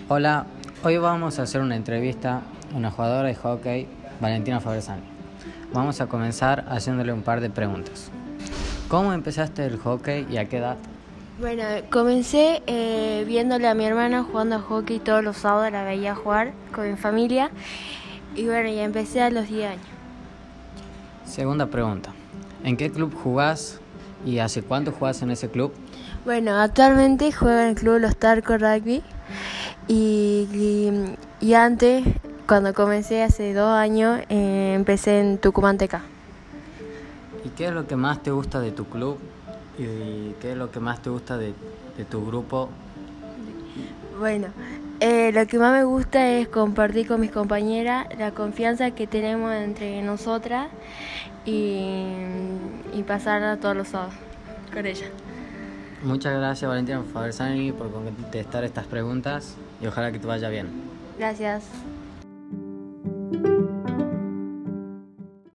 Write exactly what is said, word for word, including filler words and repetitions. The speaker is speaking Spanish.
Hola, hoy vamos a hacer una entrevista a una jugadora de hockey, Valentina Fabresani. Vamos a comenzar haciéndole un par de preguntas. ¿Cómo empezaste el hockey y a qué edad? Bueno, comencé eh, viéndole a mi hermana jugando a hockey todos los sábados, la veía jugar con mi familia y bueno, ya empecé a los diez años. Segunda pregunta, ¿en qué club jugás y hace cuánto jugás en ese club? Bueno, actualmente juego en el club Los Tarcos Rugby y, y, y antes, cuando comencé hace dos años, eh, empecé en Tucumán T K. ¿Y qué es lo que más te gusta de tu club y qué es lo que más te gusta de, de tu grupo? Bueno, eh, lo que más me gusta es compartir con mis compañeras la confianza que tenemos entre nosotras y, y pasarla todos los sábados con ella. Muchas gracias, Valentina Fabresani, por contestar estas preguntas y ojalá que te vaya bien. Gracias.